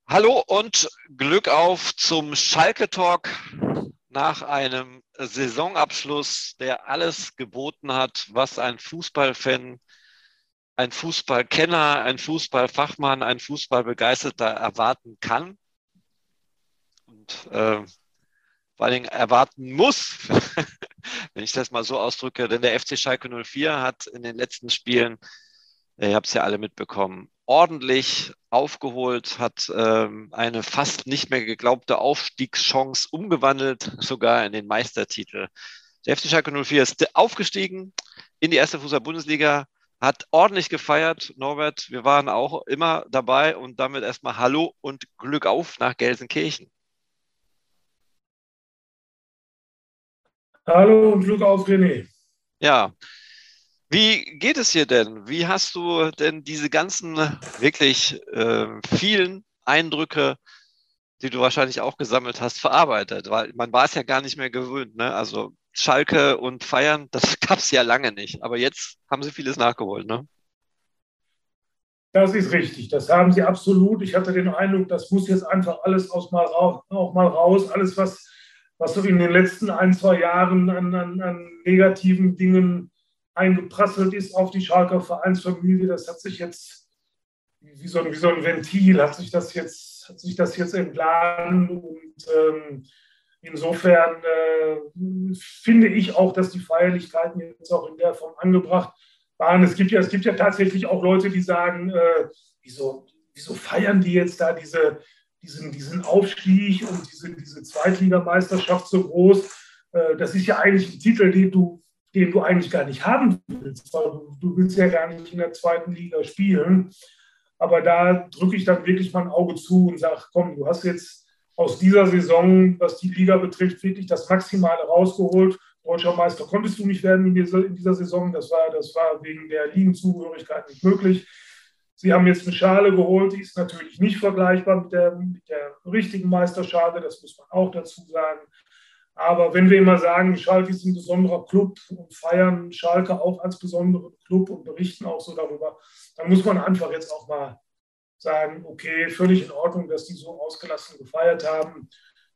Hallo und Glück auf zum Schalke Talk nach einem Saisonabschluss, der alles geboten hat, was ein Fußballfan, ein Fußballkenner, ein Fußballfachmann, ein Fußballbegeisterter erwarten kann und vor allen Dingen erwarten muss, wenn ich das mal so ausdrücke. Denn der FC Schalke 04 hat in den letzten Spielen, ihr habt es ja alle mitbekommen, ordentlich aufgeholt, hat eine fast nicht mehr geglaubte Aufstiegschance umgewandelt, sogar in den Meistertitel. Der FC Schalke 04 ist aufgestiegen in die erste Fußball-Bundesliga, hat ordentlich gefeiert. Norbert, wir waren auch immer dabei und damit erstmal Hallo und Glück auf nach Gelsenkirchen. Hallo und Glück auf, René. Ja, wie geht es dir denn? Wie hast du denn diese ganzen wirklich vielen Eindrücke, die du wahrscheinlich auch gesammelt hast, verarbeitet? Weil man war es ja gar nicht mehr gewöhnt, ne? Also Schalke und Feiern, das gab es ja lange nicht. Aber jetzt haben sie vieles nachgeholt, ne? Das ist richtig, das haben Sie absolut. Ich hatte den Eindruck, das muss jetzt einfach alles auch mal raus. Alles, was so in den letzten ein, zwei Jahren an negativen Dingen eingeprasselt ist auf die Schalker Vereinsfamilie, das hat sich jetzt wie so ein Ventil, hat sich das jetzt entladen. Und insofern finde ich auch, dass die Feierlichkeiten jetzt auch in der Form angebracht waren. Es gibt ja tatsächlich auch Leute, die sagen, wieso feiern die jetzt da diesen Aufstieg und diese Zweitligameisterschaft so groß? Das ist ja eigentlich ein Titel, den du eigentlich gar nicht haben willst, weil du willst ja gar nicht in der zweiten Liga spielen. Aber da drücke ich dann wirklich mein Auge zu und sage, komm, du hast jetzt aus dieser Saison, was die Liga betrifft, wirklich das Maximale rausgeholt. Deutscher Meister konntest du nicht werden in dieser Saison. Das war wegen der Ligenzugehörigkeit nicht möglich. Sie haben jetzt eine Schale geholt, die ist natürlich nicht vergleichbar mit der richtigen Meisterschale, das muss man auch dazu sagen. Aber wenn wir immer sagen, Schalke ist ein besonderer Club und feiern Schalke auch als besonderen Club und berichten auch so darüber, dann muss man einfach jetzt auch mal sagen, okay, völlig in Ordnung, dass die so ausgelassen gefeiert haben.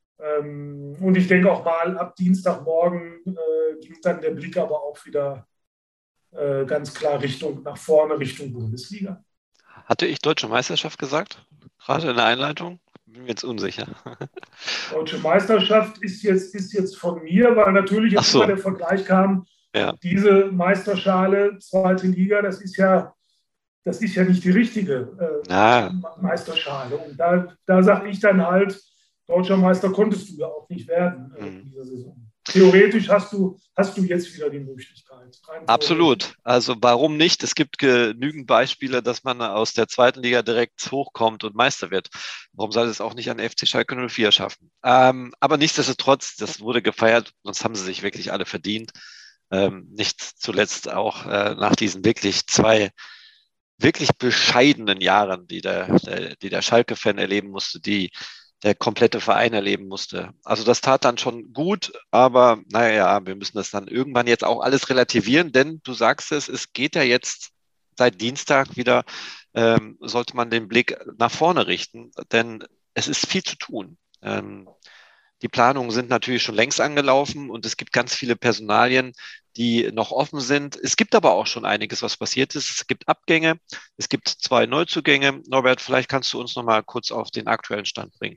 Und ich denke auch mal, ab Dienstagmorgen ging dann der Blick aber auch wieder ganz klar nach vorne, Richtung Bundesliga. Hatte ich Deutsche Meisterschaft gesagt? Gerade in der Einleitung? Bin mir jetzt unsicher. Deutsche Meisterschaft ist jetzt von mir, weil natürlich Ach jetzt immer so, der Vergleich kam, ja. diese Meisterschale, zweite Liga, das ist ja nicht die richtige Na, Meisterschale. Und da sage ich dann halt, deutscher Meister konntest du ja auch nicht werden hm. in dieser Saison. Theoretisch hast du jetzt wieder die Möglichkeit, rein theoretisch. Absolut. Also warum nicht? Es gibt genügend Beispiele, dass man aus der zweiten Liga direkt hochkommt und Meister wird. Warum soll es auch nicht an FC Schalke 04 schaffen? Aber nichtsdestotrotz, das wurde gefeiert, sonst haben sie sich wirklich alle verdient. Nicht zuletzt auch nach diesen wirklich zwei wirklich bescheidenen Jahren, die der Schalke-Fan erleben musste, die der komplette Verein erleben musste. Also das tat dann schon gut, aber naja, wir müssen das dann irgendwann jetzt auch alles relativieren, denn du sagst es, es geht ja jetzt seit Dienstag wieder, sollte man den Blick nach vorne richten, denn es ist viel zu tun. Die Planungen sind natürlich schon längst angelaufen und es gibt ganz viele Personalien, die noch offen sind. Es gibt aber auch schon einiges, was passiert ist. Es gibt Abgänge, es gibt zwei Neuzugänge. Norbert, vielleicht kannst du uns noch mal kurz auf den aktuellen Stand bringen.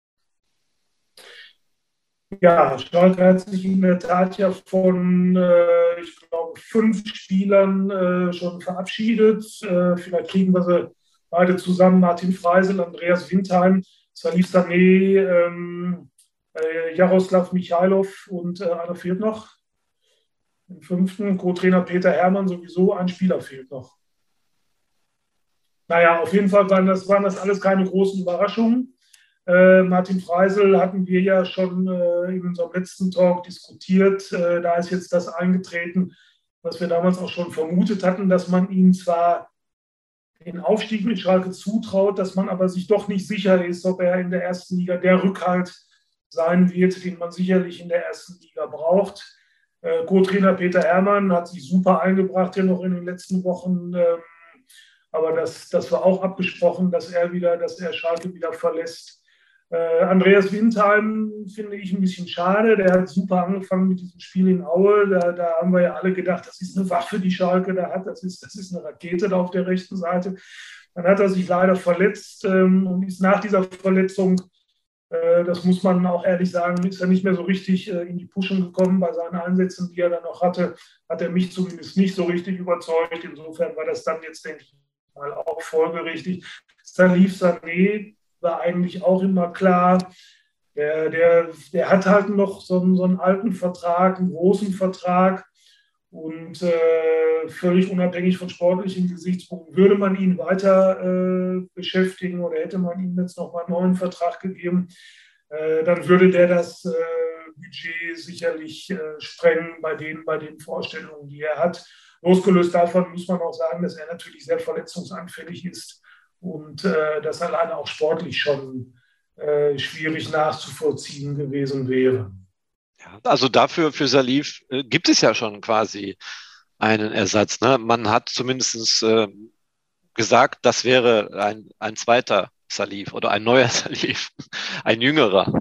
Ja, Schalke hat sich in der Tat ja von, ich glaube, 5 Spielern schon verabschiedet. Vielleicht kriegen wir sie beide zusammen, Martin Freisel, Andreas Windheim, Salif Sané, Jaroslav Michailov und einer fehlt noch. Im fünften Co-Trainer Peter Hermann sowieso, ein Spieler fehlt noch. Naja, auf jeden Fall waren das alles keine großen Überraschungen. Martin Freisel hatten wir ja schon in unserem letzten Talk diskutiert. Da ist jetzt das eingetreten, was wir damals auch schon vermutet hatten, dass man ihm zwar den Aufstieg mit Schalke zutraut, dass man aber sich doch nicht sicher ist, ob er in der ersten Liga der Rückhalt sein wird, den man sicherlich in der ersten Liga braucht. Co-Trainer Peter Hermann hat sich super eingebracht hier noch in den letzten Wochen. Aber das war auch abgesprochen, dass er Schalke wieder verlässt. Andreas Windheim finde ich ein bisschen schade. Der hat super angefangen mit diesem Spiel in Aue. Da haben wir ja alle gedacht, das ist eine Waffe, die Schalke da hat. Das ist eine Rakete da auf der rechten Seite. Dann hat er sich leider verletzt und ist nach dieser Verletzung, das muss man auch ehrlich sagen, ist er nicht mehr so richtig in die Puschen gekommen bei seinen Einsätzen, die er dann noch hatte. Hat er mich zumindest nicht so richtig überzeugt. Insofern war das dann jetzt, denke ich mal, auch folgerichtig. Salif Sané war eigentlich auch immer klar. Der hat halt noch so einen alten Vertrag, einen großen Vertrag. Und völlig unabhängig von sportlichen Gesichtspunkten würde man ihn weiter beschäftigen oder hätte man ihm jetzt nochmal einen neuen Vertrag gegeben, dann würde der das Budget sicherlich sprengen bei den Vorstellungen, die er hat. Losgelöst davon muss man auch sagen, dass er natürlich sehr verletzungsanfällig ist und das alleine auch sportlich schon schwierig nachzuvollziehen gewesen wäre. Ja, also dafür für Salif gibt es ja schon quasi einen Ersatz. Ne? Man hat zumindest gesagt, das wäre ein zweiter Salif oder ein neuer Salif, ein jüngerer.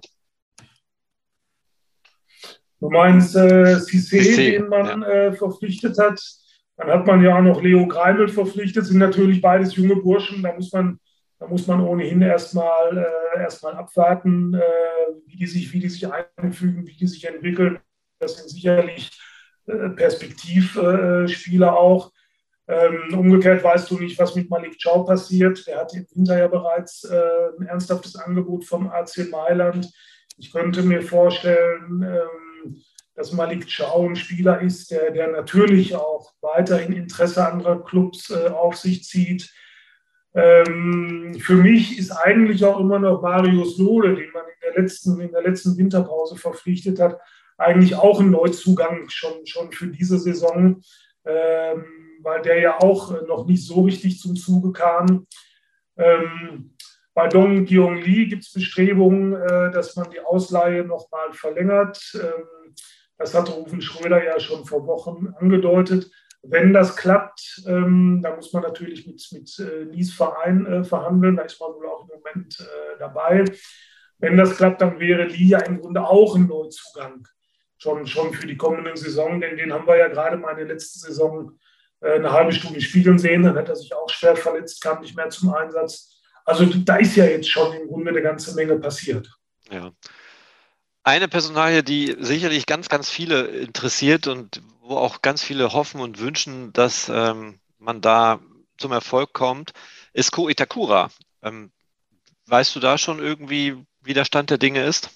Du meinst Cissé, den ja. man verpflichtet hat. Dann hat man ja auch noch Leo Greimel verpflichtet. Sind natürlich beides junge Burschen. Da muss man ohnehin erstmal abwarten, wie die sich einfügen, wie die sich entwickeln. Das sind sicherlich Perspektivspieler auch. Umgekehrt weißt du nicht, was mit Malik Thiaw passiert. Der hatte im Winter ja bereits ein ernsthaftes Angebot vom AC Mailand. Ich könnte mir vorstellen, dass Malik Thiaw ein Spieler ist, der natürlich auch weiterhin Interesse anderer Clubs auf sich zieht. Für mich ist eigentlich auch immer noch Marius Lode, den man in der letzten Winterpause verpflichtet hat, eigentlich auch ein Neuzugang schon für diese Saison, weil der ja auch noch nicht so richtig zum Zuge kam. Bei Dong Gyong Lee gibt es Bestrebungen, dass man die Ausleihe nochmal verlängert. Das hat Rufen Schröder ja schon vor Wochen angedeutet. Wenn das klappt, da muss man natürlich mit Lies Verein verhandeln. Da ist man wohl auch im Moment dabei. Wenn das klappt, dann wäre Lee ja im Grunde auch ein Neuzugang schon für die kommende Saison. Denn den haben wir ja gerade mal in der letzten Saison eine halbe Stunde spielen sehen. Dann hat er sich auch schwer verletzt, kam nicht mehr zum Einsatz. Also da ist ja jetzt schon im Grunde eine ganze Menge passiert. Ja. Eine Personalie, die sicherlich ganz, ganz viele interessiert und wo auch ganz viele hoffen und wünschen, dass man da zum Erfolg kommt, ist Ko Itakura. Weißt du da schon irgendwie, wie der Stand der Dinge ist?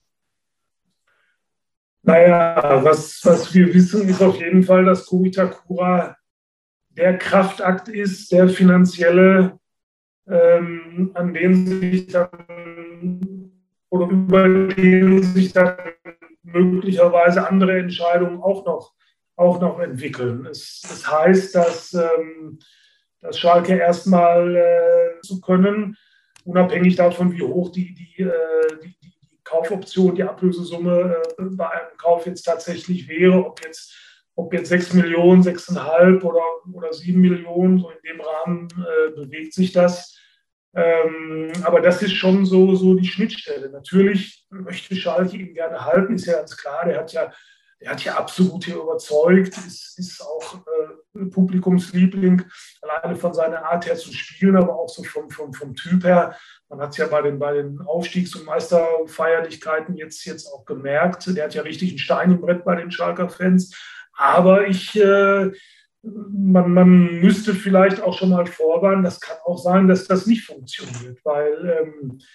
Naja, was wir wissen, ist auf jeden Fall, dass Ko Itakura der Kraftakt ist, der finanzielle, an den sich dann oder über den sich dann möglicherweise andere Entscheidungen auch noch entwickeln. Es heißt, dass Schalke erstmal zu können, unabhängig davon, wie hoch die Kaufoption, die Ablösesumme bei einem Kauf jetzt tatsächlich wäre, ob jetzt 6 Millionen, 6,5 oder 7 Millionen, so in dem Rahmen bewegt sich das. Aber das ist schon so die Schnittstelle. Natürlich möchte Schalke ihn gerne halten, ist ja ganz klar. Der hat ja absolut hier überzeugt, ist auch Publikumsliebling, alleine von seiner Art her zu spielen, aber auch so vom Typ her. Man hat es ja bei den Aufstiegs- und Meisterfeierlichkeiten jetzt auch gemerkt. Der hat ja richtig einen Stein im Brett bei den Schalker Fans. Aber man müsste vielleicht auch schon mal vorwarnen, das kann auch sein, dass das nicht funktioniert, weil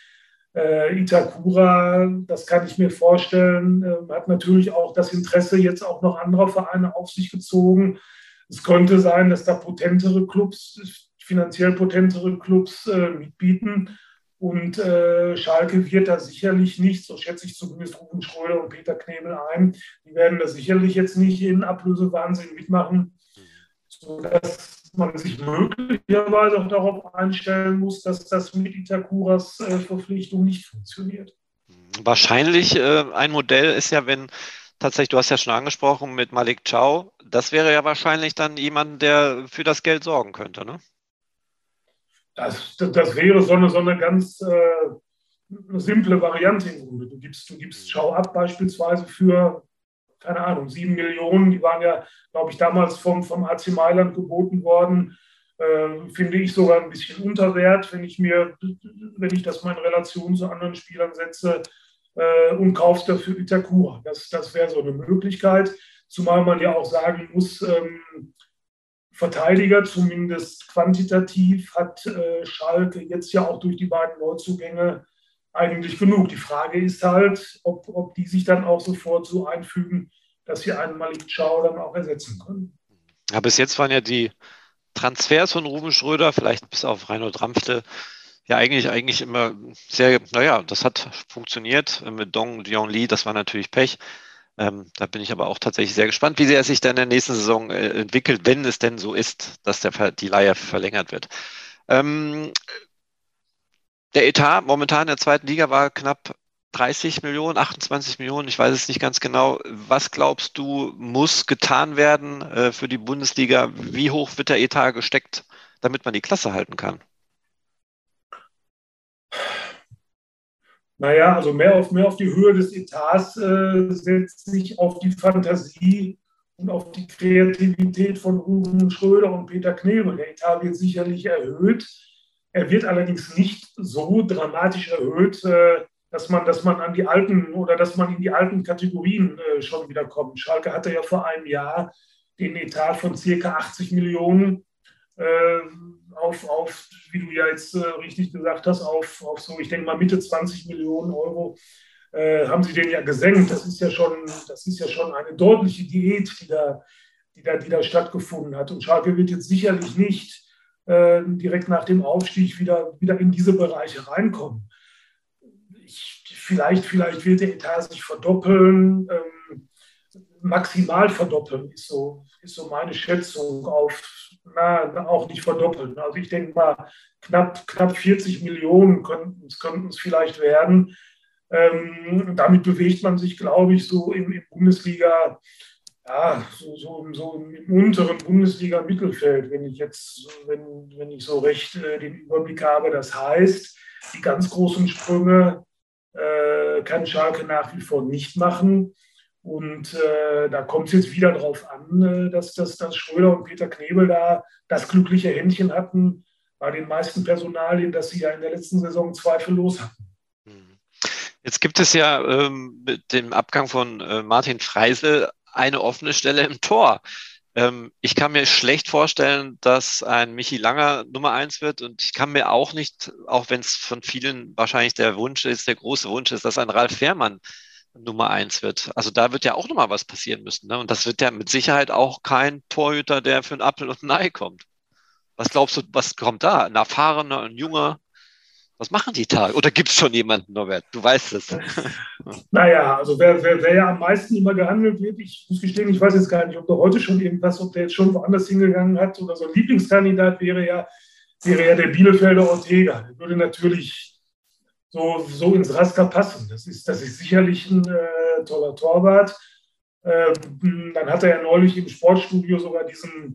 Itakura, das kann ich mir vorstellen, hat natürlich auch das Interesse jetzt auch noch anderer Vereine auf sich gezogen. Es könnte sein, dass da finanziell potentere Clubs mitbieten. Und Schalke wird da sicherlich nicht, so schätze ich zumindest Ruben Schröder und Peter Knebel ein, die werden da sicherlich jetzt nicht in Ablösewahnsinn mitmachen, sodass man sich möglicherweise auch darauf einstellen muss, dass das mit Itakuras Verpflichtung nicht funktioniert. Wahrscheinlich ein Modell ist ja, wenn tatsächlich, du hast ja schon angesprochen mit Malik Thiaw, das wäre ja wahrscheinlich dann jemand, der für das Geld sorgen könnte, ne? Das wäre so eine ganz simple Variante im Grunde. Du gibst Schau ab beispielsweise für, keine Ahnung, 7 Millionen. Die waren ja, glaube ich, damals vom AC Mailand geboten worden. Finde ich sogar ein bisschen unter Wert, wenn ich das mal in Relation zu anderen Spielern setze, und kaufst dafür Itakura. Das wäre so eine Möglichkeit. Zumal man ja auch sagen muss, Verteidiger, zumindest quantitativ, hat Schalke jetzt ja auch durch die beiden Neuzugänge eigentlich genug. Die Frage ist halt, ob die sich dann auch sofort so einfügen, dass sie einen Malik Chow dann auch ersetzen können. Ja, bis jetzt waren ja die Transfers von Ruben Schröder, vielleicht bis auf Reinhold Ramphte, ja eigentlich immer sehr, naja, das hat funktioniert. Mit Dong Lee, das war natürlich Pech. Da bin ich aber auch tatsächlich sehr gespannt, wie sehr es sich dann in der nächsten Saison entwickelt, wenn es denn so ist, dass die Leihe verlängert wird. Ähm, Der Etat momentan in der zweiten Liga war knapp 30 Millionen, 28 Millionen, ich weiß es nicht ganz genau. Was glaubst du, muss getan werden für die Bundesliga? Wie hoch wird der Etat gesteckt, damit man die Klasse halten kann? Naja, also mehr auf die Höhe des Etats setzt sich auf die Fantasie und auf die Kreativität von Ruben Schröder und Peter Knebel. Der Etat wird sicherlich erhöht. Er wird allerdings nicht so dramatisch erhöht, dass man an die alten oder dass man in die alten Kategorien schon wieder kommt. Schalke hatte ja vor einem Jahr den Etat von circa 80 Millionen äh, wie du ja jetzt richtig gesagt hast, auf so, ich denke mal, Mitte 20 Millionen Euro haben sie den ja gesenkt. Das ist ja schon eine deutliche Diät, die da stattgefunden hat. Und Schalke wird jetzt sicherlich nicht direkt nach dem Aufstieg wieder in diese Bereiche reinkommen. Vielleicht wird der Etat sich verdoppeln, maximal verdoppeln, ist so meine Schätzung auch nicht verdoppeln. Also ich denke mal, knapp 40 Millionen könnten es vielleicht werden. Damit bewegt man sich, glaube ich, so im Bundesliga, ja, so im unteren Bundesliga-Mittelfeld, wenn ich so recht den Überblick habe. Das heißt, die ganz großen Sprünge kann Schalke nach wie vor nicht machen. Und da kommt es jetzt wieder darauf an, dass Schröder und Peter Knebel da das glückliche Händchen hatten bei den meisten Personalien, dass sie ja in der letzten Saison zweifellos hatten. Jetzt gibt es ja mit dem Abgang von Martin Freisel eine offene Stelle im Tor. Ich kann mir schlecht vorstellen, dass ein Michi Langer Nummer 1 wird, und ich kann mir auch nicht, auch wenn es von vielen wahrscheinlich der Wunsch ist, der große Wunsch ist, dass ein Ralf Fährmann Nummer 1 wird. Also da wird ja auch nochmal was passieren müssen. Ne? Und das wird ja mit Sicherheit auch kein Torhüter, der für einen Apfel und ein Ei kommt. Was glaubst du, was kommt da? Ein erfahrener, ein junger? Was machen die Tage? Oder gibt es schon jemanden, Norbert? Du weißt es. Naja, also wer ja am meisten immer gehandelt wird, ich muss gestehen, ich weiß jetzt gar nicht, ob der jetzt schon woanders hingegangen hat oder so ein Lieblingskandidat wäre ja der Bielefelder Ortega. Der würde natürlich so ins Raster passen. Das ist sicherlich ein toller Torwart. Dann hat er ja neulich im Sportstudio sogar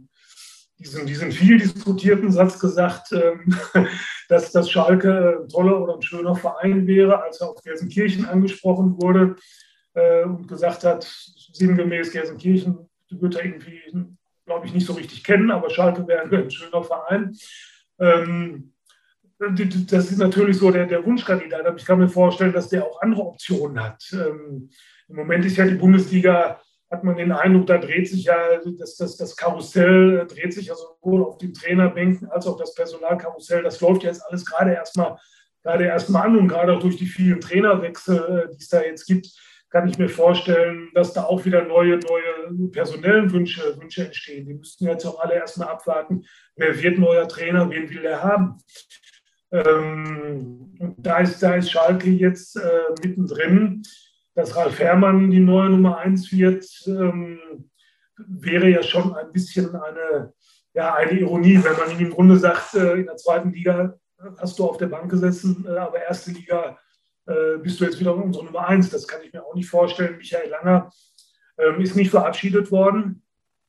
diesen viel diskutierten Satz gesagt, dass das Schalke ein toller oder ein schöner Verein wäre, als er auf Gelsenkirchen angesprochen wurde und gesagt hat, sinngemäß Gelsenkirchen wird er irgendwie, glaube ich, nicht so richtig kennen, aber Schalke wäre ein schöner Verein. Das ist natürlich so der Wunschkandidat, aber ich kann mir vorstellen, dass der auch andere Optionen hat. Im Moment ist ja die Bundesliga, hat man den Eindruck, da dreht sich ja das Karussell, dreht sich ja sowohl auf den Trainerbänken als auch das Personalkarussell. Das läuft jetzt alles gerade erstmal an, und gerade auch durch die vielen Trainerwechsel, die es da jetzt gibt, kann ich mir vorstellen, dass da auch wieder neue personellen Wünsche entstehen. Die müssten jetzt auch alle erstmal abwarten, wer wird neuer Trainer, wen will der haben. Und da ist Schalke jetzt mittendrin. Dass Ralf Fährmann die neue Nummer 1 wird, wäre ja schon ein bisschen eine Ironie, wenn man ihm im Grunde sagt, in der zweiten Liga hast du auf der Bank gesessen, aber erste Liga bist du jetzt wieder unsere Nummer 1. Das kann ich mir auch nicht vorstellen. Michael Langer ist nicht verabschiedet worden.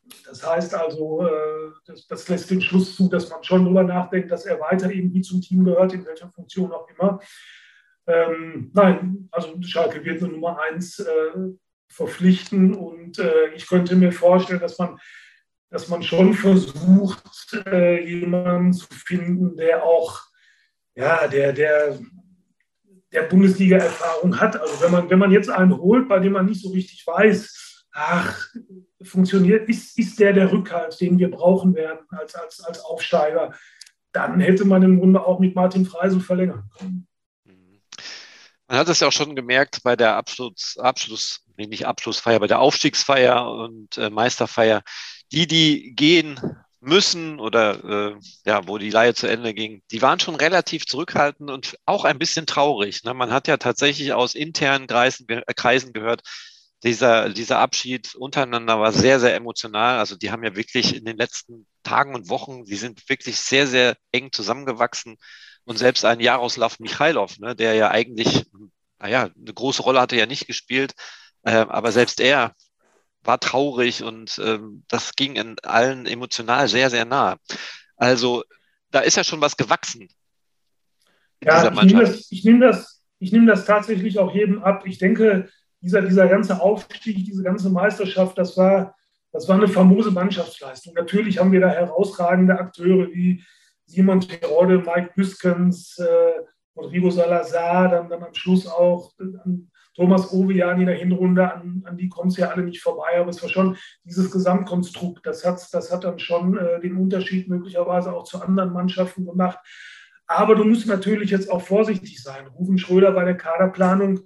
Das heißt also, das lässt den Schluss zu, dass man schon darüber nachdenkt, dass er weiter irgendwie zum Team gehört, in welcher Funktion auch immer. Nein, also Schalke wird eine Nummer 1 verpflichten und ich könnte mir vorstellen, dass man schon versucht, jemanden zu finden, der auch ja, der Bundesliga-Erfahrung hat. Also wenn man jetzt einen holt, bei dem man nicht so richtig weiß, ach, funktioniert, ist der Rückhalt, den wir brauchen werden als Aufsteiger, dann hätte man im Grunde auch mit Martin Freisel verlängern können. Man hat es ja auch schon gemerkt bei der nicht Abschlussfeier, bei der Aufstiegsfeier und Meisterfeier, die gehen müssen oder ja, wo die Leihe zu Ende ging, die waren schon relativ zurückhaltend und auch ein bisschen traurig. Ne? Man hat ja tatsächlich aus internen Kreisen gehört, dieser Abschied untereinander war sehr, sehr emotional. Also die haben ja wirklich in den letzten Tagen und Wochen, die sind wirklich sehr, sehr eng zusammengewachsen. Und selbst ein Jaroslav Michailov, ne, der ja eigentlich, naja, eine große Rolle hatte ja nicht gespielt, aber selbst er war traurig und das ging in allen emotional sehr, sehr nah. Also da ist ja schon was gewachsen in dieser Ja, Mannschaft. ich nehm das tatsächlich auch jedem ab. Ich denke, dieser ganze Aufstieg, diese ganze Meisterschaft, das war eine famose Mannschaftsleistung. Natürlich haben wir da herausragende Akteure wie Simon Terodde, Mike Büskens, Rodrigo Salazar, dann am Schluss auch Thomas Ovejan in der Hinrunde, an die kommt es ja alle nicht vorbei, aber es war schon dieses Gesamtkonstrukt, das hat dann schon den Unterschied möglicherweise auch zu anderen Mannschaften gemacht. Aber du musst natürlich jetzt auch vorsichtig sein. Ruven Schröder bei der Kaderplanung,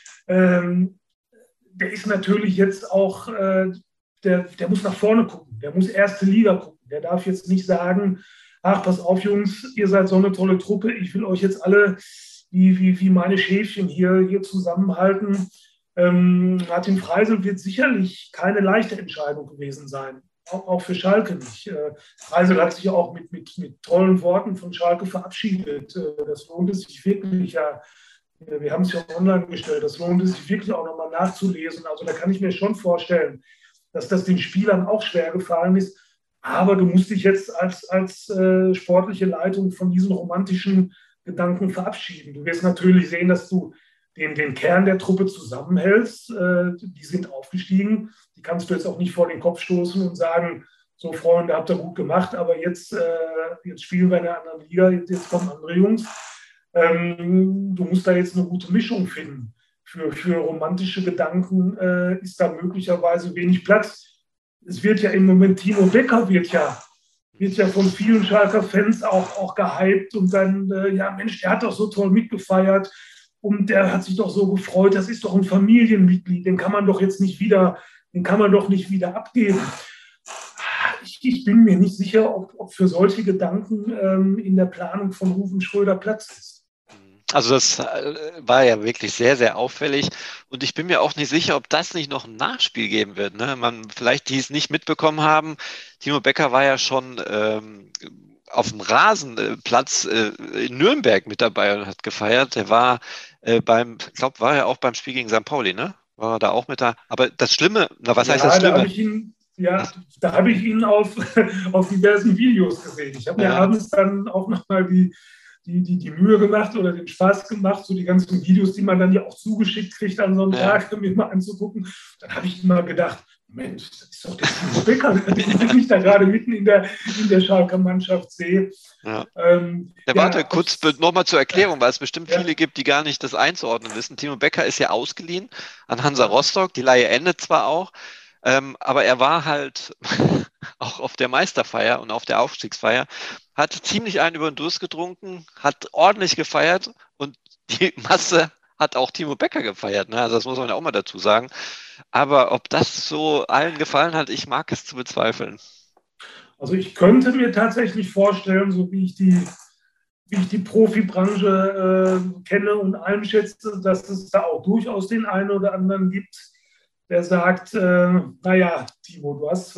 der ist natürlich jetzt auch, der muss nach vorne gucken, der muss erste Liga gucken. Der darf jetzt nicht sagen, ach, pass auf, Jungs, ihr seid so eine tolle Truppe, ich will euch jetzt alle wie meine Schäfchen hier zusammenhalten. Martin Freisel wird sicherlich keine leichte Entscheidung gewesen sein. Auch für Schalke nicht. Freisel hat sich ja auch mit tollen Worten von Schalke verabschiedet. Das lohnt es sich wirklich, ja. Wir haben es ja online gestellt. Das lohnt es sich wirklich auch nochmal nachzulesen. Also da kann ich mir schon vorstellen, dass das den Spielern auch schwer gefallen ist. Aber du musst dich jetzt als sportliche Leitung von diesen romantischen Gedanken verabschieden. Du wirst natürlich sehen, dass du den Kern der Truppe zusammenhältst. Die sind aufgestiegen. Die kannst du jetzt auch nicht vor den Kopf stoßen und sagen, so Freunde, habt ihr gut gemacht, aber jetzt spielen wir in einer anderen Liga, jetzt kommen andere Jungs. Du musst da jetzt eine gute Mischung finden. Für romantische Gedanken ist da möglicherweise wenig Platz. Es wird ja im Moment, Timo Becker wird ja von vielen Schalker Fans auch gehypt und dann, ja Mensch, der hat doch so toll mitgefeiert und der hat sich doch so gefreut, das ist doch ein Familienmitglied, den kann man doch nicht wieder abgeben. Ich bin mir nicht sicher, ob für solche Gedanken in der Planung von Ruven Schröder Platz ist. Also das war ja wirklich sehr, sehr auffällig und ich bin mir auch nicht sicher, ob das nicht noch ein Nachspiel geben wird. Ne? Vielleicht die es nicht mitbekommen haben, Timo Becker war ja schon auf dem Rasenplatz in Nürnberg mit dabei und hat gefeiert. Der war ich glaube, war er auch beim Spiel gegen St. Pauli, ne? War er da auch mit da? Aber das Schlimme, was heißt das Schlimme? Da habe ich ihn auf diversen Videos gesehen. Ich habe mir abends dann auch nochmal die Mühe gemacht oder den Spaß gemacht, so die ganzen Videos, die man dann ja auch zugeschickt kriegt an so einem Tag, mir mal anzugucken. Dann habe ich immer gedacht, Mensch, das ist doch der Timo Becker, den ich da gerade mitten in der Schalker Mannschaft sehe. Ja. Warte, kurz nochmal zur Erklärung, weil es bestimmt viele gibt, die gar nicht das einzuordnen wissen. Timo Becker ist ja ausgeliehen an Hansa Rostock, die Leihe endet zwar auch, aber er war halt auch auf der Meisterfeier und auf der Aufstiegsfeier, hat ziemlich einen über den Durst getrunken, hat ordentlich gefeiert und die Masse hat auch Timo Becker gefeiert. Ne? Also das muss man ja auch mal dazu sagen. Aber ob das so allen gefallen hat, ich mag es zu bezweifeln. Also ich könnte mir tatsächlich vorstellen, so wie ich die Profibranche kenne und einschätze, dass es da auch durchaus den einen oder anderen gibt, der sagt, naja, Timo, du hast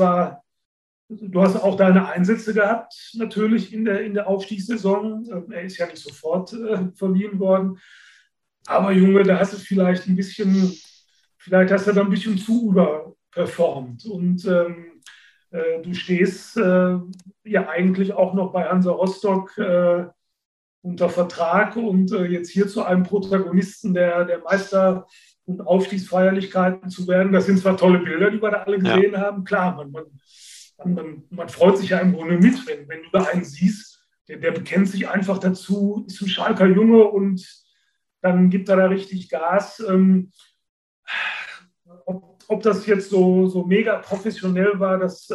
auch deine Einsätze gehabt, natürlich in der Aufstiegssaison. Er ist ja nicht sofort verliehen worden. Aber Junge, da hast du vielleicht hast du da ein bisschen zu überperformt. Und Du stehst ja eigentlich auch noch bei Hansa Rostock unter Vertrag und jetzt hier zu einem Protagonisten der Meister- und Aufstiegsfeierlichkeiten zu werden. Das sind zwar tolle Bilder, die wir da alle gesehen haben. Klar, man freut sich ja im Grunde mit, wenn du da einen siehst, der bekennt sich einfach dazu, ist ein Schalker Junge und dann gibt er da richtig Gas. Ob das jetzt so mega professionell war, das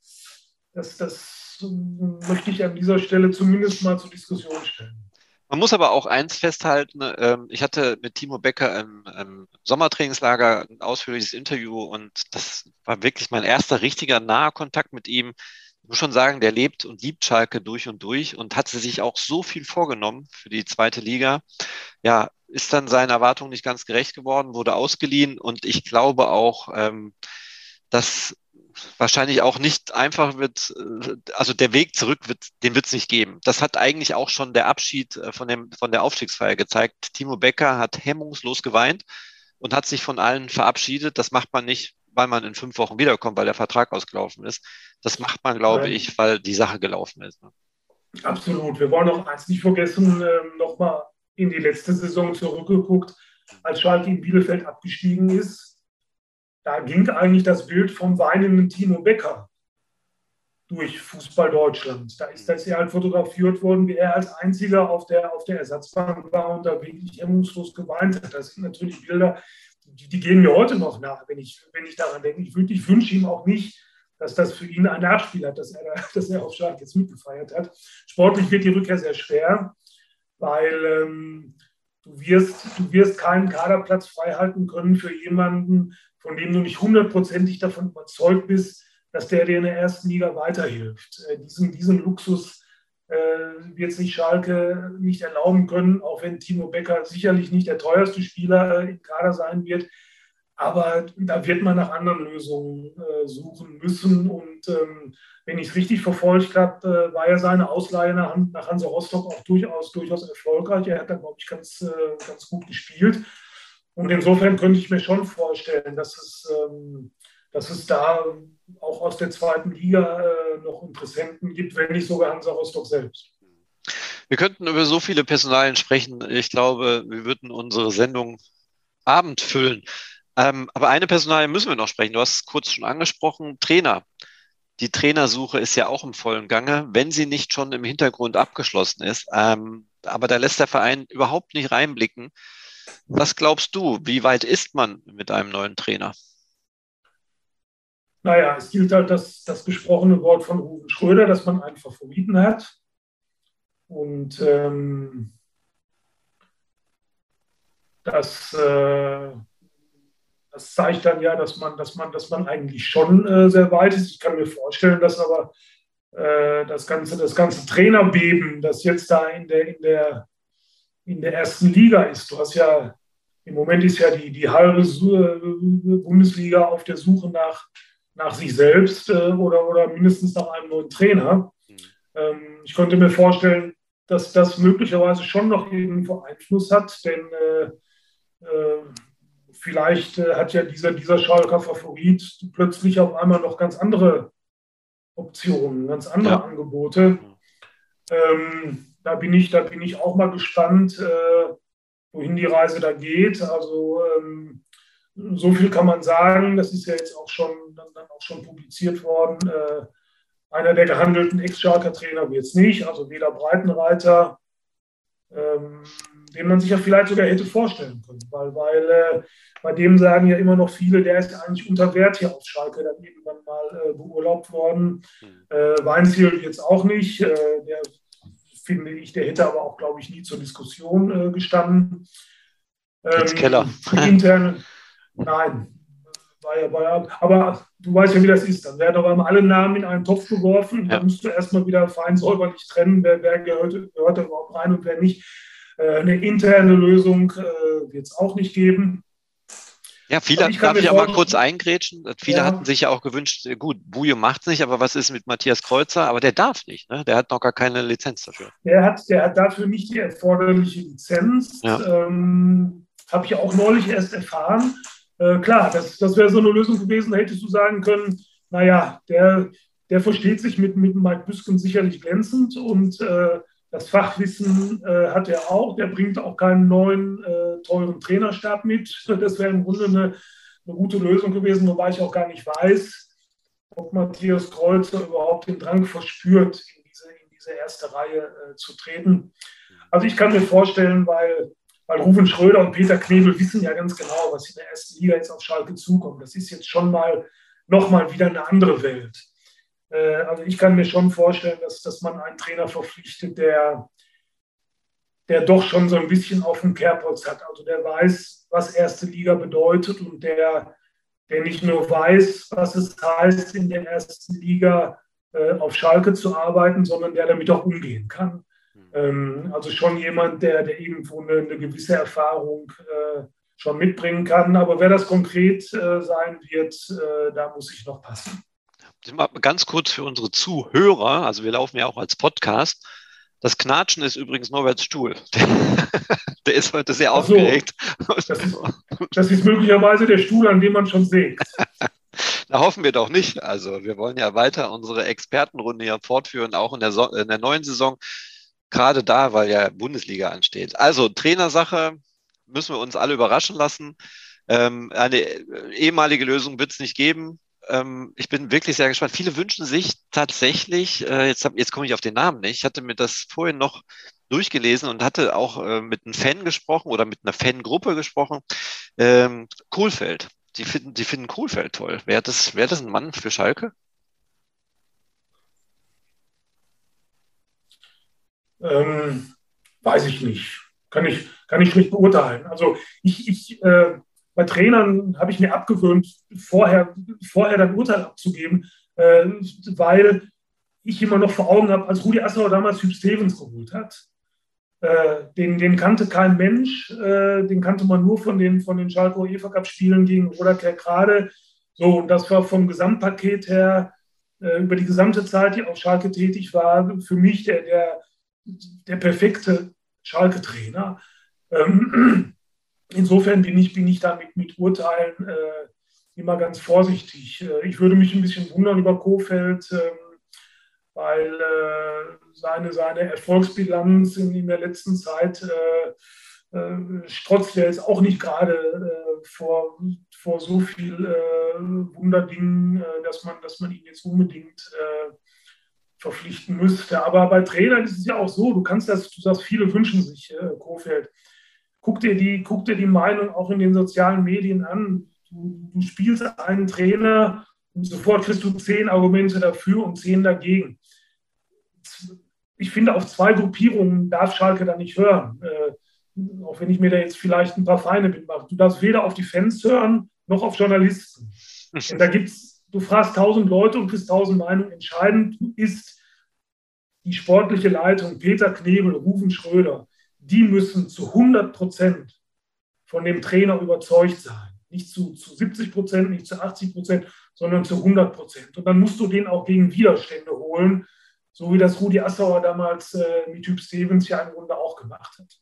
möchte ich an dieser Stelle zumindest mal zur Diskussion stellen. Man muss aber auch eins festhalten, ich hatte mit Timo Becker im Sommertrainingslager ein ausführliches Interview und das war wirklich mein erster richtiger naher Kontakt mit ihm. Ich muss schon sagen, der lebt und liebt Schalke durch und hatte sich auch so viel vorgenommen für die zweite Liga. Ja, ist dann seinen Erwartungen nicht ganz gerecht geworden, wurde ausgeliehen und ich glaube auch, dass wahrscheinlich auch nicht einfach wird, also der Weg zurück den wird es nicht geben. Das hat eigentlich auch schon der Abschied von der Aufstiegsfeier gezeigt. Timo Becker hat hemmungslos geweint und hat sich von allen verabschiedet. Das macht man nicht, weil man in 5 Wochen wiederkommt, weil der Vertrag ausgelaufen ist. Das macht man, glaube ich, weil die Sache gelaufen ist. Absolut. Wir wollen auch eins nicht vergessen, nochmal in die letzte Saison zurückgeguckt, als Schalke in Bielefeld abgestiegen ist. Da ging eigentlich das Bild vom weinenden Timo Becker durch Fußball Deutschland. Da ist das ja halt fotografiert worden, wie er als einziger auf der Ersatzbank war und da wirklich hemmungslos geweint hat. Das sind natürlich Bilder, die gehen mir heute noch nach, wenn ich daran denke. Ich wünsche ihm auch nicht, dass das für ihn ein Nachspiel hat, dass er auf Schalke jetzt mitgefeiert hat. Sportlich wird die Rückkehr sehr schwer, weil du wirst keinen Kaderplatz freihalten können für jemanden, von dem du nicht hundertprozentig davon überzeugt bist, dass der dir in der ersten Liga weiterhilft. Diesen Luxus wird sich Schalke nicht erlauben können, auch wenn Timo Becker sicherlich nicht der teuerste Spieler im Kader sein wird. Aber da wird man nach anderen Lösungen suchen müssen. Und wenn ich es richtig verfolgt habe, war ja seine Ausleihe nach Hansa Rostock auch durchaus erfolgreich. Er hat da, glaube ich, ganz gut gespielt. Und insofern könnte ich mir schon vorstellen, dass es da auch aus der zweiten Liga noch Interessenten gibt, wenn nicht sogar Hansa Rostock selbst. Wir könnten über so viele Personalien sprechen. Ich glaube, wir würden unsere Sendung Abend füllen. Aber eine Personalie müssen wir noch sprechen. Du hast es kurz schon angesprochen, Trainer. Die Trainersuche ist ja auch im vollen Gange, wenn sie nicht schon im Hintergrund abgeschlossen ist. Aber da lässt der Verein überhaupt nicht reinblicken. Was glaubst du, wie weit ist man mit einem neuen Trainer? Naja, es gilt halt das gesprochene Wort von Ruven Schröder, dass man einen Favoriten hat. Und das zeigt dann ja, dass man eigentlich schon sehr weit ist. Ich kann mir vorstellen, dass aber das ganze Trainerbeben, das jetzt da in der ersten Liga ist. Du hast ja, im Moment ist ja die halbe Bundesliga auf der Suche nach sich selbst oder mindestens nach einem neuen Trainer. Ich könnte mir vorstellen, dass das möglicherweise schon noch irgendwo Einfluss hat, denn vielleicht hat ja dieser Schalker Favorit plötzlich auf einmal noch ganz andere Optionen, ganz andere Angebote. Da bin ich auch mal gespannt, wohin die Reise da geht. Also so viel kann man sagen. Das ist ja jetzt auch schon publiziert worden. Einer der gehandelten Ex-Schalker Trainer wird es nicht, also weder Breitenreiter, den man sich ja vielleicht sogar hätte vorstellen können, weil bei dem sagen ja immer noch viele, der ist ja eigentlich unter Wert hier auf Schalke dann irgendwann mal beurlaubt worden. Weinziel jetzt auch nicht, der finde ich, der hätte aber auch, glaube ich, nie zur Diskussion gestanden. Keller. Interne, nein. Aber du weißt ja, wie das ist. Dann werden aber immer alle Namen in einen Topf geworfen. Ja. Dann musst du erstmal wieder fein säuberlich trennen, wer gehört da überhaupt rein und wer nicht. Eine interne Lösung wird es auch nicht geben. Ja, darf ich auch mal kurz eingrätschen? Viele hatten sich ja auch gewünscht, gut, Bujo macht es nicht, aber was ist mit Matthias Kreuzer? Aber der darf nicht, ne? Der hat noch gar keine Lizenz dafür. Der hat dafür nicht die erforderliche Lizenz. Ja. Habe ich auch neulich erst erfahren. Klar, das wäre so eine Lösung gewesen, da hättest du sagen können, naja, der versteht sich mit Mike Büsken sicherlich glänzend und das Fachwissen hat er auch. Der bringt auch keinen neuen, teuren Trainerstab mit. Das wäre im Grunde eine gute Lösung gewesen, wobei ich auch gar nicht weiß, ob Matthias Kreuzer überhaupt den Drang verspürt, in diese erste Reihe zu treten. Also ich kann mir vorstellen, weil Ruven Schröder und Peter Knebel wissen ja ganz genau, was in der ersten Liga jetzt auf Schalke zukommt. Das ist jetzt schon nochmal wieder eine andere Welt. Also ich kann mir schon vorstellen, dass man einen Trainer verpflichtet, der doch schon so ein bisschen auf dem Kerbholz hat. Also der weiß, was erste Liga bedeutet und der nicht nur weiß, was es heißt, in der ersten Liga auf Schalke zu arbeiten, sondern der damit auch umgehen kann. Also schon jemand, der irgendwo eine gewisse Erfahrung schon mitbringen kann. Aber wer das konkret sein wird, da muss ich noch passen. Mal ganz kurz für unsere Zuhörer, also wir laufen ja auch als Podcast. Das Knatschen ist übrigens Norberts Stuhl. Der ist heute sehr aufgeregt. Das ist möglicherweise der Stuhl, an dem man schon sägt. Da hoffen wir doch nicht. Also wir wollen ja weiter unsere Expertenrunde hier fortführen, auch in der neuen Saison. Gerade da, weil ja Bundesliga ansteht. Also Trainersache müssen wir uns alle überraschen lassen. Eine ehemalige Lösung wird es nicht geben. Ich bin wirklich sehr gespannt. Viele wünschen sich tatsächlich, jetzt komme ich auf den Namen nicht, ich hatte mir das vorhin noch durchgelesen und hatte auch mit einem Fan gesprochen oder mit einer Fangruppe gesprochen. Kohlfeld. Die finden Kohlfeld toll. Wäre das ein Mann für Schalke? Weiß ich nicht. Kann ich schlecht beurteilen. Also bei Trainern habe ich mir abgewöhnt, vorher das Urteil abzugeben, weil ich immer noch vor Augen habe, als Rudi Assauer damals Hüb Stevens geholt hat. Den kannte kein Mensch, den kannte man nur von den Schalke UEFA Cup Spielen gegen Roda Kerkrade. So, und das war vom Gesamtpaket her über die gesamte Zeit, die auf Schalke tätig war, für mich der perfekte Schalke-Trainer. Insofern bin ich da mit Urteilen immer ganz vorsichtig. Ich würde mich ein bisschen wundern über Kohfeldt, weil seine Erfolgsbilanz in der letzten Zeit strotzt ja jetzt auch nicht gerade vor so viel Wunderdingen, dass man ihn jetzt unbedingt verpflichten müsste. Aber bei Trainern ist es ja auch so, du sagst, viele wünschen sich Kohfeldt. Guck dir die Meinung auch in den sozialen Medien an. Du spielst einen Trainer und sofort kriegst du 10 Argumente dafür und 10 dagegen. Ich finde, auf 2 Gruppierungen darf Schalke da nicht hören. Auch wenn ich mir da jetzt vielleicht ein paar Feinde mitmache. Du darfst weder auf die Fans hören, noch auf Journalisten. Und du fragst 1000 Leute und kriegst 1000 Meinungen. Entscheidend ist die sportliche Leitung, Peter Knebel, Ruven Schröder. Die müssen zu 100% von dem Trainer überzeugt sein. Nicht zu 70%, nicht zu 80%, sondern zu 100%. Und dann musst du den auch gegen Widerstände holen, so wie das Rudi Assauer damals mit Hüb Stevens ja im Grunde auch gemacht hat.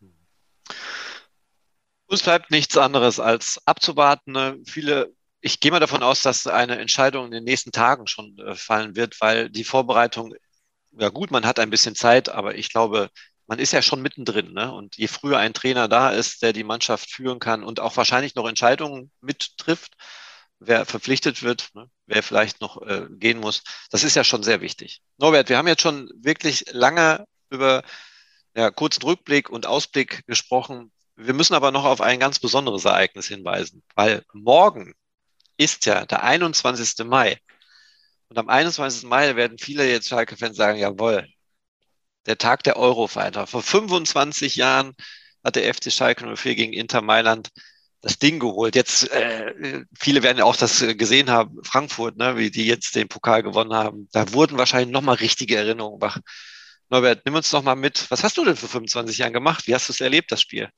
Uns bleibt nichts anderes als abzuwarten. Ich gehe mal davon aus, dass eine Entscheidung in den nächsten Tagen schon fallen wird, weil die Vorbereitung, ja gut, man hat ein bisschen Zeit, aber ich glaube, man ist ja schon mittendrin, ne? Und je früher ein Trainer da ist, der die Mannschaft führen kann und auch wahrscheinlich noch Entscheidungen mittrifft, wer verpflichtet wird, ne? Wer vielleicht noch gehen muss, das ist ja schon sehr wichtig. Norbert, wir haben jetzt schon wirklich lange über kurzen Rückblick und Ausblick gesprochen. Wir müssen aber noch auf ein ganz besonderes Ereignis hinweisen, weil morgen ist ja der 21. Mai. Und am 21. Mai werden viele jetzt Schalke-Fans sagen, jawohl, der Tag der Eurofighter. Vor 25 Jahren hat der FC Schalke 04 gegen Inter Mailand das Ding geholt. Jetzt, viele werden ja auch das gesehen haben, Frankfurt, ne, wie die jetzt den Pokal gewonnen haben. Da wurden wahrscheinlich nochmal richtige Erinnerungen wach. Norbert, nimm uns noch mal mit. Was hast du denn vor 25 Jahren gemacht? Wie hast du es erlebt, das Spiel?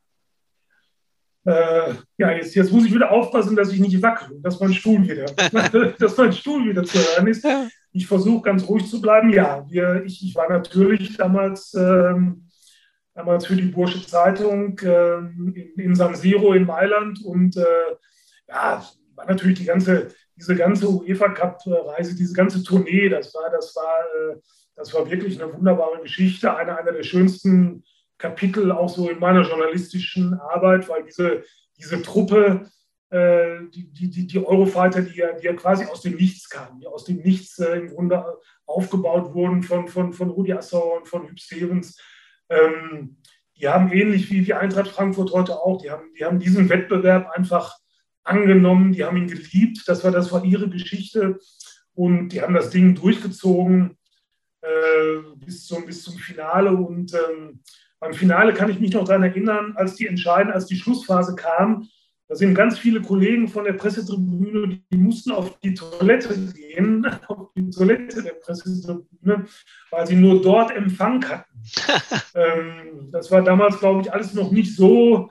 Jetzt muss ich wieder aufpassen, dass ich nicht wackel, dass mein Stuhl wieder zu hören ist. Ja. Ich versuche ganz ruhig zu bleiben. Ja, ich war natürlich damals für die Bursche Zeitung in San Siro in Mailand und war natürlich diese ganze UEFA-Cup-Reise, diese ganze Tournee, das war wirklich eine wunderbare Geschichte, einer der schönsten Kapitel auch so in meiner journalistischen Arbeit, weil diese Truppe, die Eurofighter, die ja quasi aus dem Nichts kamen, die aus dem Nichts im Grunde aufgebaut wurden von Rudi Assauer und von Huub Stevens, die haben ähnlich wie Eintracht Frankfurt heute auch, die haben diesen Wettbewerb einfach angenommen, die haben ihn geliebt, das war ihre Geschichte und die haben das Ding durchgezogen bis zum Finale und beim Finale kann ich mich noch daran erinnern, als die Schlussphase kam, da sind ganz viele Kollegen von der Pressetribüne, die mussten auf die Toilette gehen, auf die Toilette der Pressetribüne, weil sie nur dort Empfang hatten. Das war damals, glaube ich, alles noch nicht so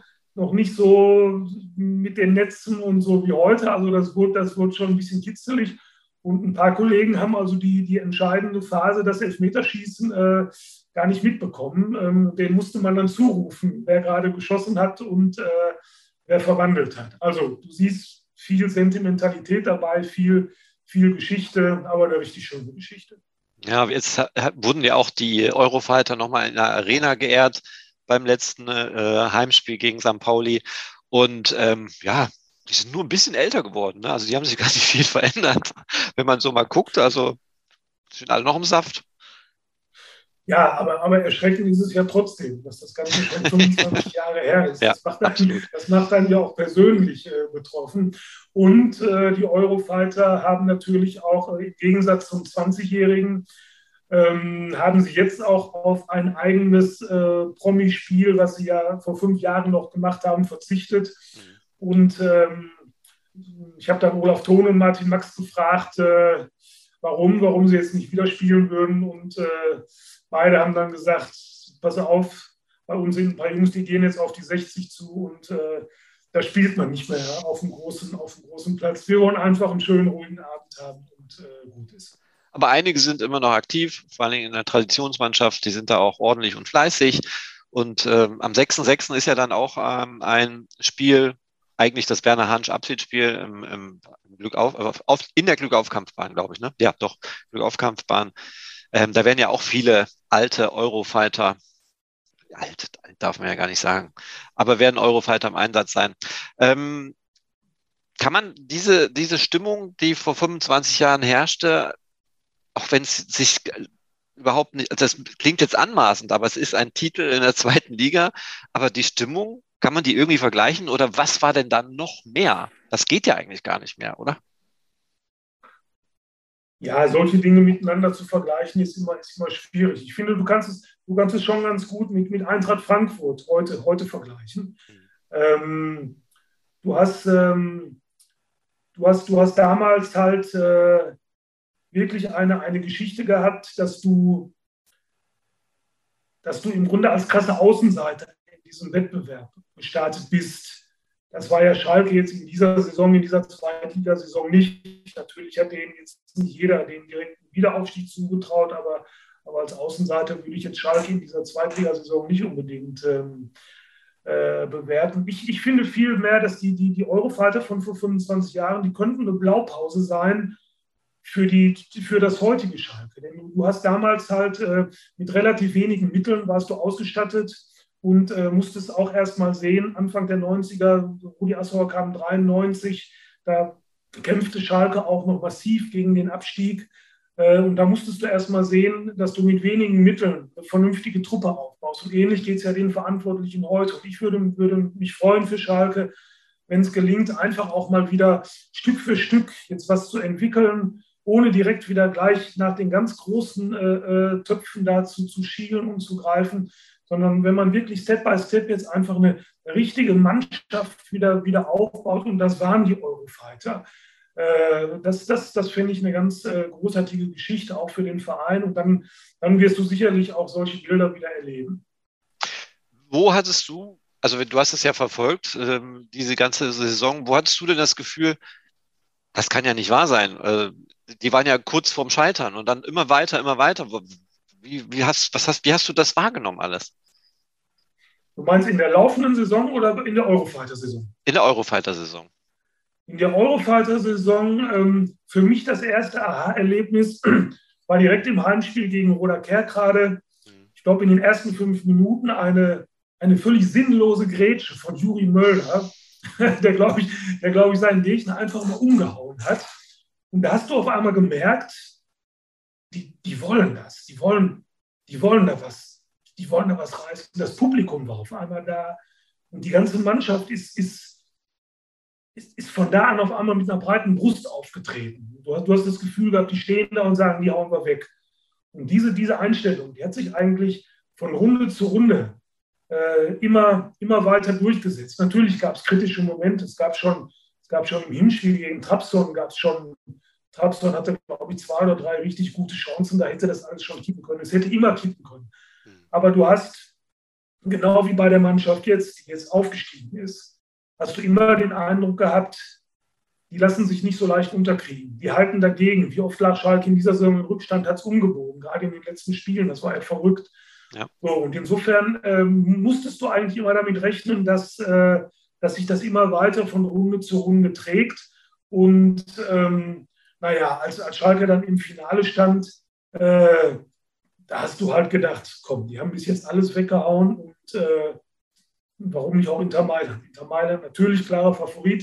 mit den Netzen und so wie heute. Also das wurde schon ein bisschen kitzelig. Und ein paar Kollegen haben also die entscheidende Phase, das Elfmeterschießen, gar nicht mitbekommen. Den musste man dann zurufen, wer gerade geschossen hat und wer verwandelt hat. Also du siehst viel Sentimentalität dabei, viel Geschichte, aber eine richtig schöne Geschichte. Ja, jetzt wurden ja auch die Eurofighter nochmal in der Arena geehrt beim letzten Heimspiel gegen St. Pauli. Und ja, die sind nur ein bisschen älter geworden. Ne? Also die haben sich gar nicht viel verändert, wenn man so mal guckt. Also sind alle noch im Saft. Ja, aber erschreckend ist es ja trotzdem, dass das Ganze schon 25 Jahre her ist. Ja, das macht einen ja auch persönlich betroffen. Und die Eurofighter haben natürlich auch im Gegensatz zum 20-Jährigen, haben sie jetzt auch auf ein eigenes Promispiel, was sie ja vor 5 Jahren noch gemacht haben, verzichtet. Und ich habe dann Olaf Thon und Martin Max gefragt, warum sie jetzt nicht wieder spielen würden. Und beide haben dann gesagt, pass auf, bei uns sind ein paar Jungs, die gehen jetzt auf die 60 zu und da spielt man nicht mehr auf dem großen Platz. Wir wollen einfach einen schönen, ruhigen Abend haben und gut ist. Aber einige sind immer noch aktiv, vor allem in der Traditionsmannschaft, die sind da auch ordentlich und fleißig. Und am 6.6. ist ja dann auch ein Spiel, eigentlich das Werner Hansch Abschiedsspiel in der Glückauf-Kampfbahn, glaube ich, ne? Ja, doch, Glückauf-Kampfbahn. Da werden ja auch viele alte Eurofighter, alt darf man ja gar nicht sagen, aber werden Eurofighter im Einsatz sein. Kann man diese Stimmung, die vor 25 Jahren herrschte, auch wenn es sich überhaupt nicht, das klingt jetzt anmaßend, aber es ist ein Titel in der zweiten Liga, aber die Stimmung, kann man die irgendwie vergleichen oder was war denn dann noch mehr? Das geht ja eigentlich gar nicht mehr, oder? Ja, solche Dinge miteinander zu vergleichen, ist immer schwierig. Ich finde, du kannst es schon ganz gut mit Eintracht Frankfurt heute vergleichen. Du hast damals halt wirklich eine Geschichte gehabt, dass du im Grunde als krasse Außenseiter in diesem Wettbewerb gestartet bist. Das war ja Schalke jetzt in dieser Zweitligasaison nicht. Natürlich hat denen jetzt nicht jeder den direkten Wiederaufstieg zugetraut, aber als Außenseiter würde ich jetzt Schalke in dieser Zweitligasaison nicht unbedingt bewerten. Ich finde vielmehr, dass die Eurofighter von vor 25 Jahren, die könnten eine Blaupause sein für das heutige Schalke. Denn du hast damals halt mit relativ wenigen Mitteln warst du ausgestattet und musstest auch erst mal sehen, Anfang der 90er, Rudi Assauer kam 93, da kämpfte Schalke auch noch massiv gegen den Abstieg. Und da musstest du erst mal sehen, dass du mit wenigen Mitteln eine vernünftige Truppe aufbaust. Und ähnlich geht es ja den Verantwortlichen heute. Und ich würde mich freuen für Schalke, wenn es gelingt, einfach auch mal wieder Stück für Stück jetzt was zu entwickeln, ohne direkt wieder gleich nach den ganz großen Töpfen dazu zu schielen und zu greifen, sondern wenn man wirklich Step by Step jetzt einfach eine richtige Mannschaft wieder aufbaut, und das waren die Eurofighter. Das finde ich eine ganz großartige Geschichte, auch für den Verein. Und dann wirst du sicherlich auch solche Bilder wieder erleben. Wo hattest du, also du hast es ja verfolgt, diese ganze Saison, wo hattest du denn das Gefühl, das kann ja nicht wahr sein? Die waren ja kurz vorm Scheitern und dann immer weiter, immer weiter. Wie hast du das wahrgenommen alles? Du meinst in der laufenden Saison oder in der Eurofighter-Saison? In der Eurofighter-Saison. in der Eurofighter-Saison für mich das erste Aha-Erlebnis war direkt im Heimspiel gegen Roda Kerkrade. Ich glaube, in den ersten 5 Minuten eine völlig sinnlose Grätsche von Juri Möller, der, glaube ich, seinen Gegner einfach mal umgehauen hat. Und da hast du auf einmal gemerkt, die wollen das, die wollen da was, reißen. Das Publikum war auf einmal da und die ganze Mannschaft ist von da an auf einmal mit einer breiten Brust aufgetreten. Du hast das Gefühl gehabt, die stehen da und sagen, die hauen wir weg. Und diese Einstellung, die hat sich eigentlich von Runde zu Runde immer weiter durchgesetzt. Natürlich gab es kritische Momente. Es gab schon im Hinspiel gegen Trabzon, Trabzon hatte, glaube ich, 2 oder 3 richtig gute Chancen. Da hätte das alles schon kippen können. Es hätte immer kippen können. Aber du hast, genau wie bei der Mannschaft jetzt, die jetzt aufgestiegen ist, hast du immer den Eindruck gehabt, die lassen sich nicht so leicht unterkriegen. Die halten dagegen. Wie oft lag Schalke in dieser Saison im Rückstand, hat es umgebogen, gerade in den letzten Spielen. Das war ja verrückt. Ja. So, und insofern musstest du eigentlich immer damit rechnen, dass sich das immer weiter von Runde zu Runde trägt. Und als Schalke dann im Finale stand, da hast du halt gedacht, komm, die haben bis jetzt alles weggehauen und warum nicht auch Inter Mailand? Inter Mailand natürlich klarer Favorit,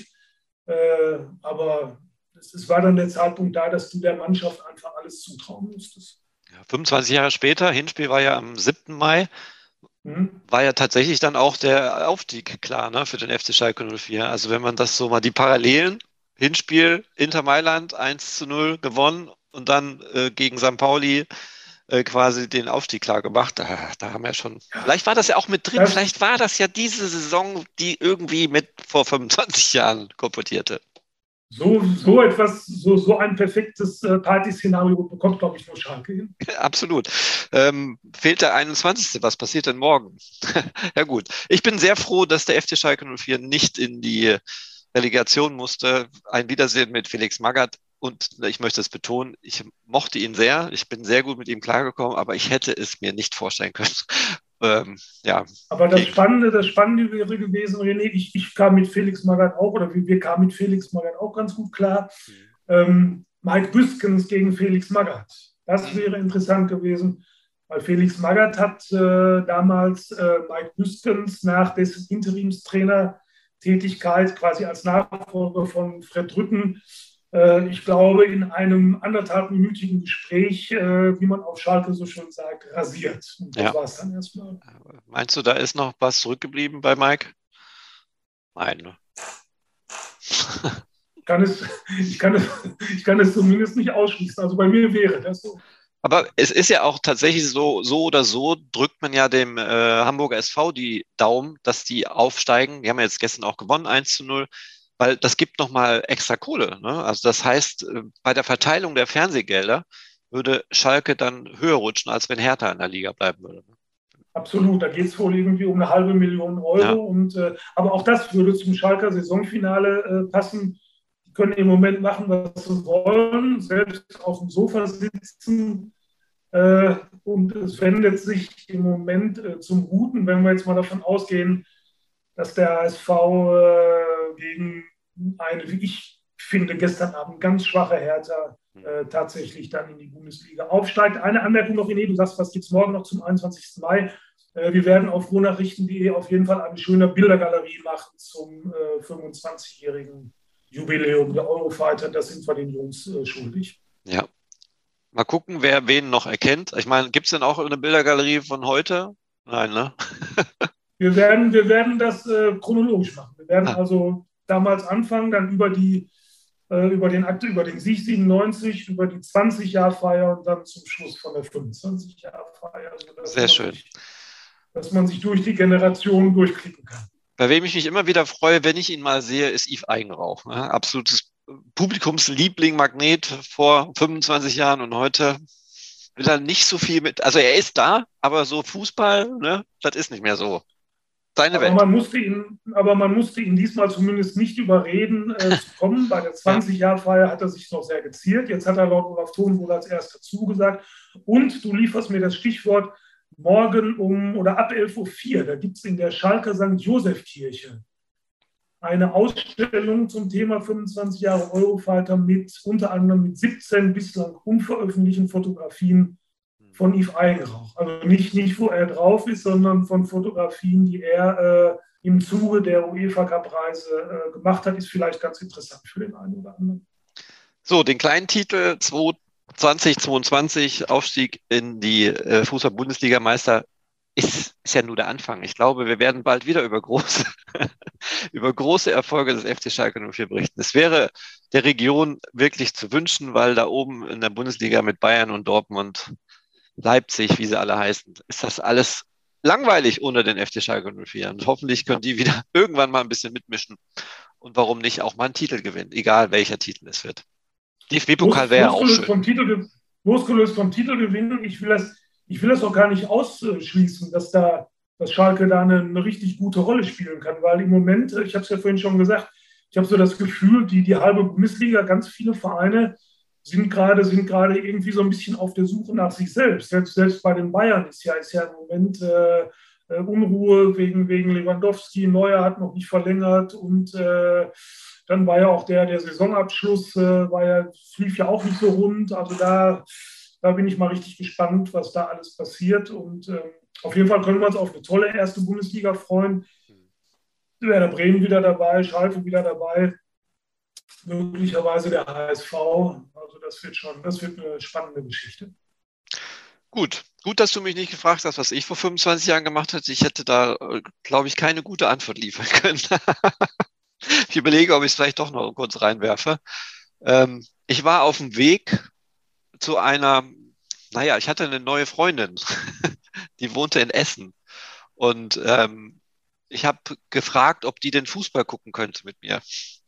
aber es war dann der Zeitpunkt da, dass du der Mannschaft einfach alles zutrauen musstest. Ja, 25 Jahre später, Hinspiel war ja am 7. Mai, war ja tatsächlich dann auch der Aufstieg klar, ne, für den FC Schalke 04. Also wenn man das so mal, die Parallelen, Hinspiel, Inter Mailand 1:0 gewonnen und dann gegen St. Pauli quasi den Aufstieg klar gemacht. Da haben wir schon, vielleicht war das ja auch mit drin, vielleicht war das ja diese Saison, die irgendwie mit vor 25 Jahren kolportierte. So ein perfektes Party-Szenario bekommt, glaube ich, nur Schalke hin. Absolut. Fehlt der 21. Was passiert denn morgen? Ja gut, ich bin sehr froh, dass der FC Schalke 04 nicht in die Relegation musste. Ein Wiedersehen mit Felix Magath. Und ich möchte es betonen, ich mochte ihn sehr. Ich bin sehr gut mit ihm klargekommen, aber ich hätte es mir nicht vorstellen können. Ja. Aber das Spannende wäre gewesen, René, ich kam mit Felix Magath auch, oder wir kamen mit Felix Magath auch ganz gut klar. Mike Büskens gegen Felix Magath. Das wäre interessant gewesen, weil Felix Magath hat damals Mike Büskens nach dessen Interimstrainer-Tätigkeit quasi als Nachfolger von Fred Rütten, ich glaube, in einem 1,5-minütigen Gespräch, wie man auf Schalke so schön sagt, rasiert. Und das war es dann erstmal. Meinst du, da ist noch was zurückgeblieben bei Mike? Nein, ne? Ich kann es zumindest nicht ausschließen. Also bei mir wäre das so. Aber es ist ja auch tatsächlich so oder so drückt man ja dem Hamburger SV die Daumen, dass die aufsteigen. Die haben ja jetzt gestern auch gewonnen, 1:0. Weil das gibt nochmal extra Kohle. Ne? Also das heißt, bei der Verteilung der Fernsehgelder würde Schalke dann höher rutschen, als wenn Hertha in der Liga bleiben würde. Absolut, da geht es wohl irgendwie um 500.000 Euro. Ja. Aber auch das würde zum Schalker Saisonfinale passen. Die können im Moment machen, was sie wollen, selbst auf dem Sofa sitzen. Und es wendet sich im Moment zum Guten, wenn wir jetzt mal davon ausgehen, dass der HSV gegen eine, wie ich finde, gestern Abend ganz schwache Hertha tatsächlich dann in die Bundesliga aufsteigt. Eine Anmerkung noch, René, du sagst, was gibt es morgen noch zum 21. Mai? Wir werden auf ruhrnachrichten.de auf jeden Fall eine schöne Bildergalerie machen zum 25-jährigen Jubiläum der Eurofighter. Das sind wir den Jungs schuldig. Ja. Mal gucken, wer wen noch erkennt. Ich meine, gibt es denn auch eine Bildergalerie von heute? Nein, ne? Wir werden das chronologisch machen. Wir werden also damals anfangen, dann über den Sieg 97, über die 20-Jahr-Feier und dann zum Schluss von der 25-Jahr-Feier. Sehr schön. Dass man sich durch die Generation durchklicken kann. Bei wem ich mich immer wieder freue, wenn ich ihn mal sehe, ist Yves Eigenrauch. Ne? Absolutes Publikumsliebling, Magnet vor 25 Jahren und heute will er nicht so viel mit. Also er ist da, aber so Fußball, ne, das ist nicht mehr so. Seine Welt. Aber man musste ihn diesmal zumindest nicht überreden, zu kommen. Bei der 20-Jahr-Feier hat er sich noch sehr geziert. Jetzt hat er laut Olaf Thon wohl als erster zugesagt. Und du lieferst mir das Stichwort morgen ab 11:04 Uhr. Da gibt es in der Schalker St. Joseph-Kirche eine Ausstellung zum Thema 25 Jahre Eurofighter mit unter anderem mit 17 bislang unveröffentlichten Fotografien von Yves Eigenrauch. Also nicht wo er drauf ist, sondern von Fotografien, die er im Zuge der UEFA-Cup-Reise gemacht hat, ist vielleicht ganz interessant für den einen oder anderen. So, den kleinen Titel 2022, Aufstieg in die Fußball-Bundesligameister, ist ja nur der Anfang. Ich glaube, wir werden bald wieder über große, über große Erfolge des FC Schalke 04 berichten. Es wäre der Region wirklich zu wünschen, weil da oben in der Bundesliga mit Bayern und Dortmund, Leipzig, wie sie alle heißen, ist das alles langweilig ohne den FC Schalke 04. Und hoffentlich können die wieder irgendwann mal ein bisschen mitmischen und warum nicht auch mal einen Titel gewinnen, egal welcher Titel es wird. DFB-Pokal wäre ja auch schön. Losgelöst vom Titel gewinnen, ich will das auch gar nicht ausschließen, dass Schalke da eine richtig gute Rolle spielen kann, weil im Moment, ich habe es ja vorhin schon gesagt, ich habe so das Gefühl, die halbe Bundesliga, ganz viele Vereine sind gerade irgendwie so ein bisschen auf der Suche nach sich selbst. Selbst bei den Bayern ist ja im Moment Unruhe wegen Lewandowski. Neuer hat noch nicht verlängert und dann war ja auch der Saisonabschluss, lief ja auch nicht so rund. Also da bin ich mal richtig gespannt, was da alles passiert. Und auf jeden Fall können wir uns auf eine tolle erste Bundesliga freuen. Werder Bremen wieder dabei, Schalke wieder dabei, möglicherweise der HSV. Also das wird eine spannende Geschichte. Gut, dass du mich nicht gefragt hast, was ich vor 25 Jahren gemacht hätte. Ich hätte da, glaube ich, keine gute Antwort liefern können. Ich überlege, ob ich es vielleicht doch noch kurz reinwerfe. Ich war auf dem Weg zu ich hatte eine neue Freundin, die wohnte in Essen. Und ich habe gefragt, ob die den Fußball gucken könnte mit mir.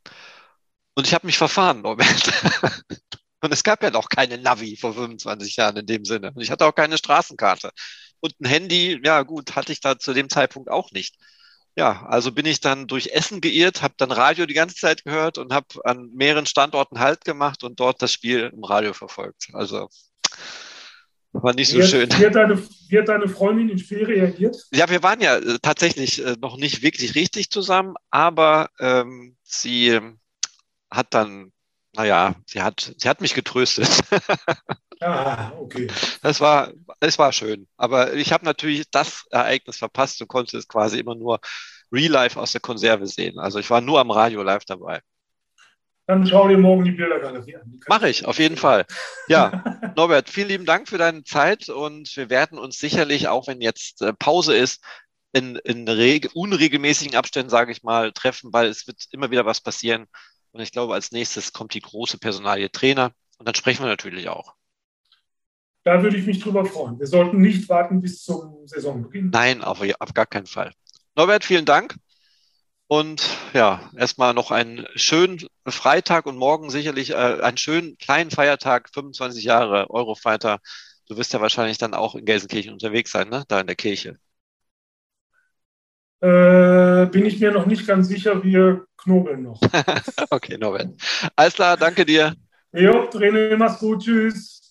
Und ich habe mich verfahren, Norbert. Und es gab ja noch keine Navi vor 25 Jahren in dem Sinne. Und ich hatte auch keine Straßenkarte. Und ein Handy, ja gut, hatte ich da zu dem Zeitpunkt auch nicht. Ja, also bin ich dann durch Essen geirrt, habe dann Radio die ganze Zeit gehört und habe an mehreren Standorten Halt gemacht und dort das Spiel im Radio verfolgt. Also war nicht so schön. Wie hat deine Freundin ins Spiel reagiert? Ja, wir waren ja tatsächlich noch nicht wirklich richtig zusammen, aber sie hat dann, sie hat mich getröstet. Ah, okay. Es war schön. Aber ich habe natürlich das Ereignis verpasst und konnte es quasi immer nur real life aus der Konserve sehen. Also ich war nur am Radio live dabei. Dann schau dir morgen die Bildergalerie an. Mache ich, auf jeden Fall. Ja, Norbert, vielen lieben Dank für deine Zeit und wir werden uns sicherlich, auch wenn jetzt Pause ist, in unregelmäßigen Abständen, sage ich mal, treffen, weil es wird immer wieder was passieren. Und ich glaube, als nächstes kommt die große Personalie Trainer und dann sprechen wir natürlich auch. Da würde ich mich drüber freuen. Wir sollten nicht warten bis zum Saisonbeginn. Nein, auf gar keinen Fall. Norbert, vielen Dank. Und ja, erstmal noch einen schönen Freitag und morgen sicherlich einen schönen kleinen Feiertag, 25 Jahre Eurofighter. Du wirst ja wahrscheinlich dann auch in Gelsenkirchen unterwegs sein, ne? Da in der Kirche. Bin ich mir noch nicht ganz sicher, wir knobeln noch. Okay, Norbert. Alles klar, danke dir. Jo, René, mach's gut, tschüss.